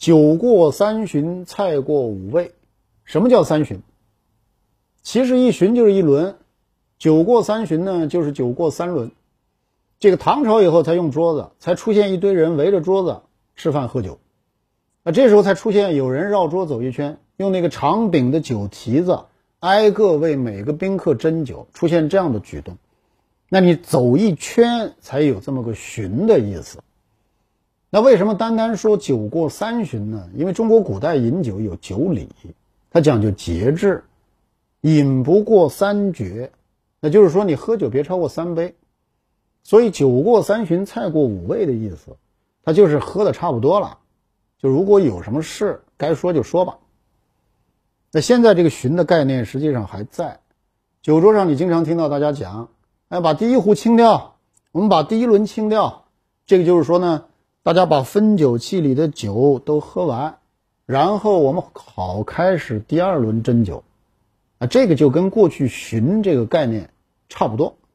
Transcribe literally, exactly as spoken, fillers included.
酒过三巡，菜过五味。什么叫三巡？其实一巡就是一轮，酒过三巡呢，就是酒过三轮。这个唐朝以后才用桌子，才出现一堆人围着桌子吃饭喝酒。那这时候才出现有人绕桌走一圈，用那个长柄的酒蹄子挨个为每个宾客斟酒，出现这样的举动。那你走一圈才有这么个巡的意思。那为什么单单说酒过三巡呢？因为中国古代饮酒有酒礼，它讲究节制，饮不过三绝，那就是说你喝酒别超过三杯。所以酒过三巡，菜过五味的意思，它就是喝的差不多了，就如果有什么事该说就说吧。那现在这个巡的概念实际上还在酒桌上，你经常听到大家讲，哎，把第一壶清掉，我们把第一轮清掉。这个就是说呢，大家把分酒器里的酒都喝完，然后我们好开始第二轮斟酒。啊，这个就跟过去巡这个概念差不多。